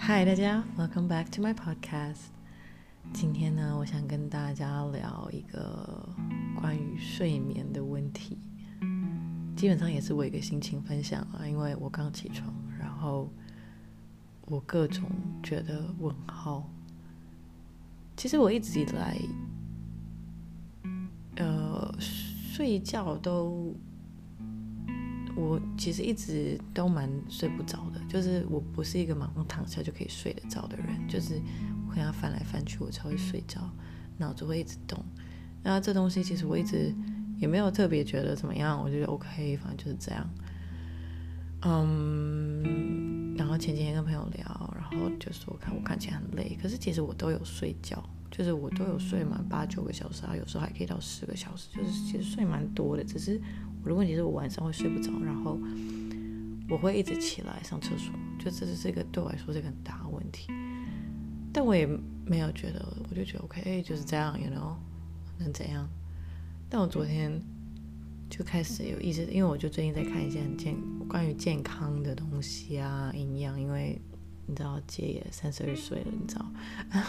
嗨，大家 ，Welcome back to my podcast。今天呢，我想跟大家聊一个关于睡眠的问题，基本上也是我一个心情分享啊，因为我刚起床，然后我各种觉得问号。其实我一直以来，睡觉我其实一直都蛮睡不着的，就是我不是一个马上躺下就可以睡得着的人，就是我可能要翻来翻去我才会睡着，脑子会一直动。那这东西其实我一直也没有特别觉得怎么样，我觉得 OK， 反正就是这样。然后前几天跟朋友聊，然后就说我看起来很累，可是其实我都有睡觉，就是我都有睡满8-9个小时啊，有时候还可以到10个小时，就是其实睡蛮多的。只是我的问题是我晚上会睡不着，然后我会一直起来上厕所，就这是一个对我来说是一个很大的问题。但我也没有觉得，我就觉得 OK， 就是这样 ，you know， 能怎样？但我昨天就开始有意识，因为我就最近在看一些关于健康的东西啊，营养，因为你知道姐也32岁了，你知道，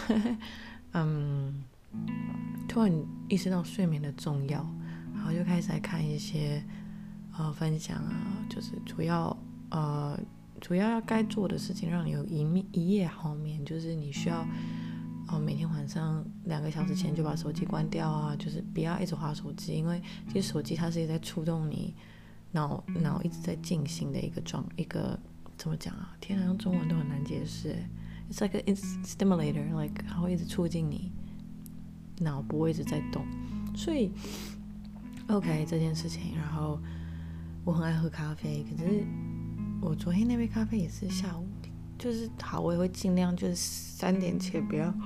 突然意识到睡眠的重要，然后就开始来看一些分享啊，就是主要该做的事情，让你有一夜好眠，就是你需要每天晚上2个小时前就把手机关掉啊，就是不要一直滑手机，因为其实手机它是在触动你脑一直在进行的一个怎么讲啊？天哪，用中文都很难解释。It's like a stimulator， like 它会一直促进你脑波一直在动，所以 OK 这件事情。然后我很爱喝咖啡，可是我昨天那杯咖啡也是下午，就是好，我也会尽量就是3点前不要。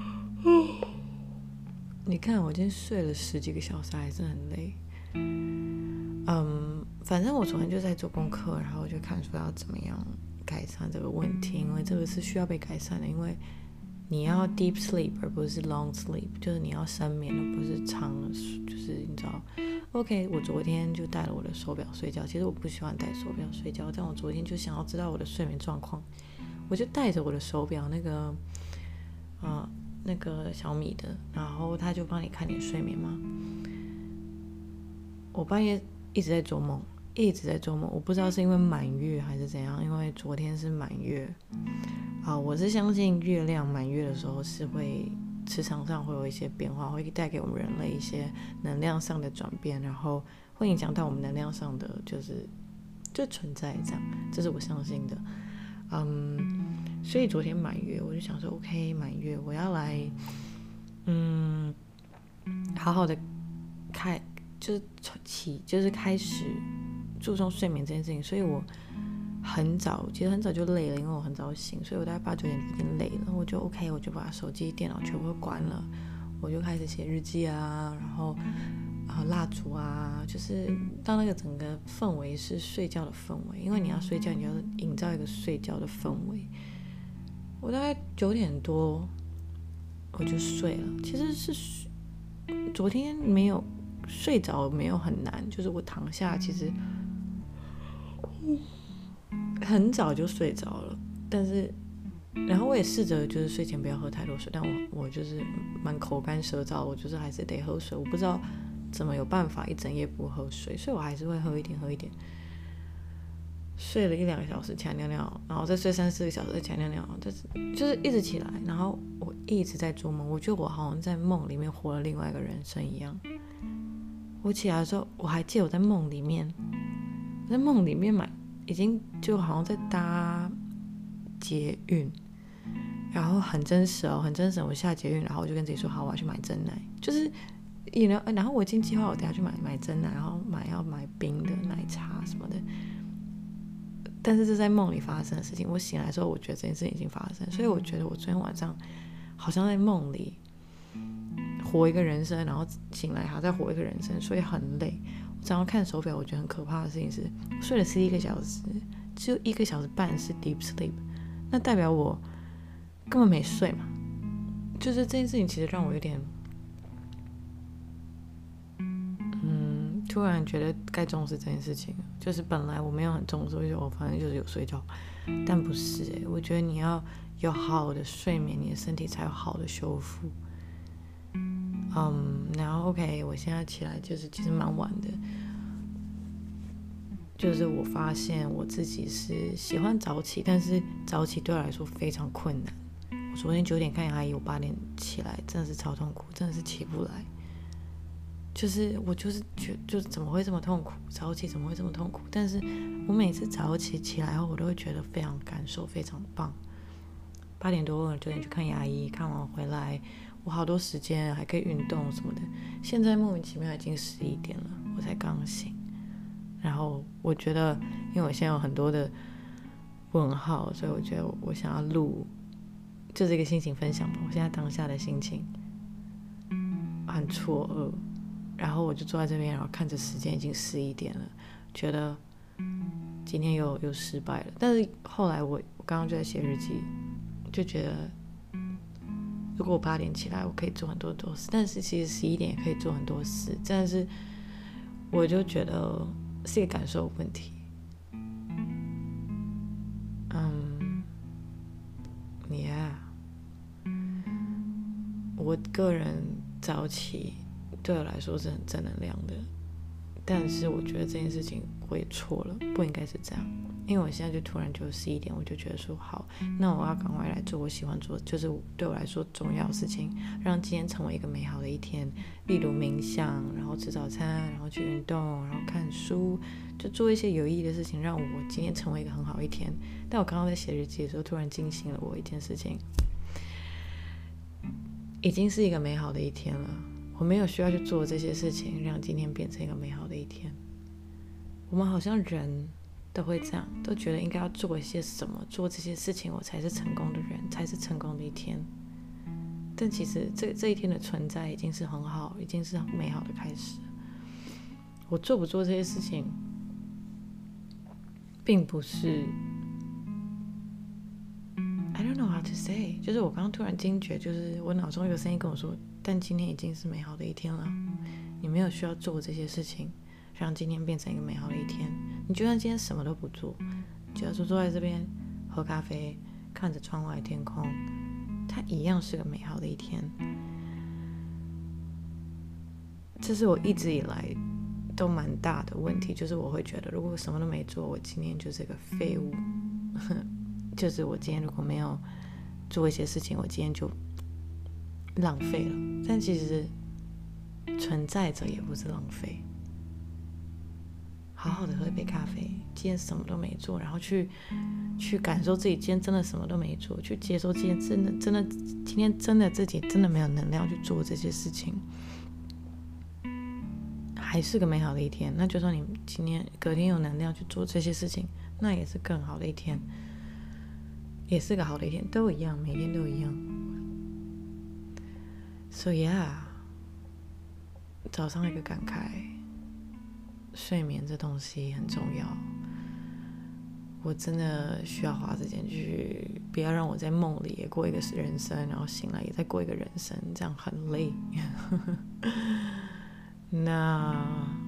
你看我今天睡了10几个小时，还是很累。反正我昨天就在做功课，然后我就看说要怎么样改善这个问题，因为这个是需要被改善的，因为你要 deep sleep 而不是 long sleep， 就是你要深眠而不是长，就是你知道。OK， 我昨天就带了我的手表睡觉，其实我不喜欢带手表睡觉，但我昨天就想要知道我的睡眠状况，我就带着我的手表那个小米的，然后他就帮你看你睡眠嘛。我半夜一直在做梦，我不知道是因为满月还是怎样，因为昨天是满月啊。我是相信月亮满月的时候是会磁场上会有一些变化，会带给我们人类一些能量上的转变，然后会影响到我们能量上的就存在这样，这是我相信的。所以昨天满月，我就想说 OK， 满月我要来好好的就是开始注重睡眠这件事情。所以我其实很早就累了，因为我很早醒，所以我大概8-9点就已经累了。我就 OK， 我就把手机电脑全部都关了，我就开始写日记啊，然后蜡烛啊，就是当那个整个氛围是睡觉的氛围，因为你要睡觉，你要营造一个睡觉的氛围。我大概9点多我就睡了，其实是昨天没有睡着，没有很难，就是我躺下其实很早就睡着了，但是然后我也试着就是睡前不要喝太多水，但我就是蛮口干舌燥，我就是还是得喝水，我不知道怎么有办法一整夜不喝水，所以我还是会喝一点。睡了1-2个小时起来尿尿，然后再睡3-4个小时再起来尿尿，就是一直起来，然后我一直在做梦，我觉得我好像在梦里面活了另外一个人生一样。我起来的时候，我还记得我在梦里面已经就好像在搭捷运，然后很真实。我下捷运，然后我就跟自己说好，我要去买真奶，就是然后我已经计划我等下去买真奶，然后要买冰的奶茶什么的。但是这在梦里发生的事情，我醒来的时候，我觉得这件事情已经发生，所以我觉得我昨天晚上好像在梦里活一个人生，然后醒来还在活一个人生，所以很累。我早上看手表，我觉得很可怕的事情是，我睡了11个小时，只有1个小时半是 deep sleep， 那代表我根本没睡嘛。就是这件事情其实让我有点突突然觉得该重视这件事情，就是本来我没有很重视，我反正就是有睡觉，但不是我觉得你要有好的睡眠，你的身体才有好的修复。然后 OK， 我现在起来就是其实蛮晚的，就是我发现我自己是喜欢早起，但是早起对我来说非常困难。我昨天9点看牙医，我8点起来，真的是超痛苦，真的是起不来。就是我就是就是怎么会这么痛苦？早起怎么会这么痛苦？但是我每次早起来后，我都会觉得非常感受非常棒。8点多9点去看牙医，看完回来，我好多时间还可以运动什么的。现在莫名其妙已经11点了，我才刚醒。然后我觉得，因为我现在有很多的问号，所以我觉得我想要录，就是一个心情分享吧。我现在当下的心情很错愕，然后我就坐在这边，然后看着时间已经11点了，觉得今天又失败了。但是后来我刚刚就在写日记，就觉得如果我8点起来，我可以做很多事，但是其实11点也可以做很多事，但是我就觉得是一个感受问题。我个人早起对我来说是很正能量的，但是我觉得这件事情我也错了，不应该是这样。因为我现在就突然就11点，我就觉得说好，那我要赶快来做我喜欢做，就是对我来说重要的事情，让今天成为一个美好的一天。例如冥想，然后吃早餐，然后去运动，然后看书，就做一些有意义的事情，让我今天成为一个很好的一天。但我刚刚在写日记的时候，突然惊醒了我一件事情，已经是一个美好的一天了。我没有需要去做这些事情，让今天变成一个美好的一天。我们好像人都会这样，都觉得应该要做一些什么，做这些事情我才是成功的人，才是成功的一天。但其实这一天的存在已经是很好，已经是很美好的开始。我做不做这些事情，并不是 I don't know how to say， 就是我刚刚突然惊觉，就是我脑中有个声音跟我说，但今天已经是美好的一天了，你没有需要做这些事情让今天变成一个美好的一天。你就算今天什么都不做，只要说坐在这边喝咖啡，看着窗外的天空，它一样是个美好的一天。这是我一直以来都蛮大的问题，就是我会觉得如果什么都没做，我今天就是个废物。就是我今天如果没有做一些事情，我今天就浪费了。但其实存在着也不是浪费。好好的喝一杯咖啡，今天什么都没做，然后去感受自己今天真的什么都没做，去接受今天今天真的自己真的没有能量去做这些事情，还是个美好的一天。那就算你今天隔天有能量去做这些事情，那也是更好的一天，也是个好的一天，都一样，每天都一样。So yeah， 早上一个感慨，睡眠这东西很重要。我真的需要花时间去，不要让我在梦里也过一个人生，然后醒来也再过一个人生，这样很累。那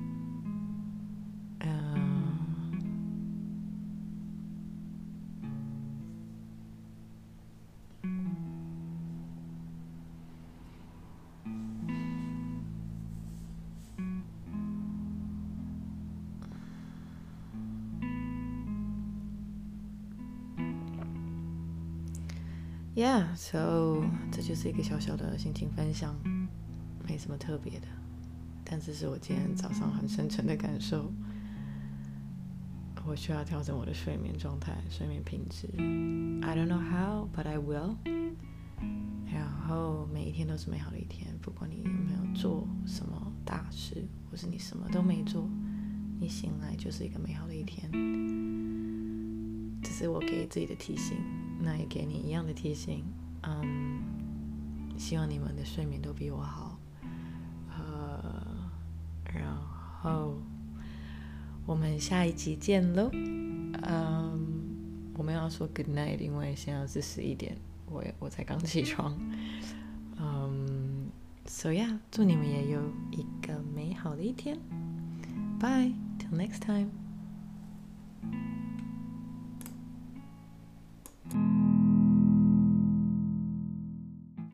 Yeah， so 这就是一个小小的心情分享，没什么特别的，但这是我今天早上很深沉的感受。我需要调整我的睡眠状态、睡眠品质。I don't know how, but I will。然后每一天都是美好的一天，不管你有没有做什么大事，或是你什么都没做，你醒来就是一个美好的一天。这是我给自己的提醒。那也给你一样的提醒，希望你们的睡眠都比我好，然后我们下一集见咯。我们要说 good night， 因为现在是11点，我才刚起床。So yeah， 祝你们也有一个美好的一天。 Bye, till next time.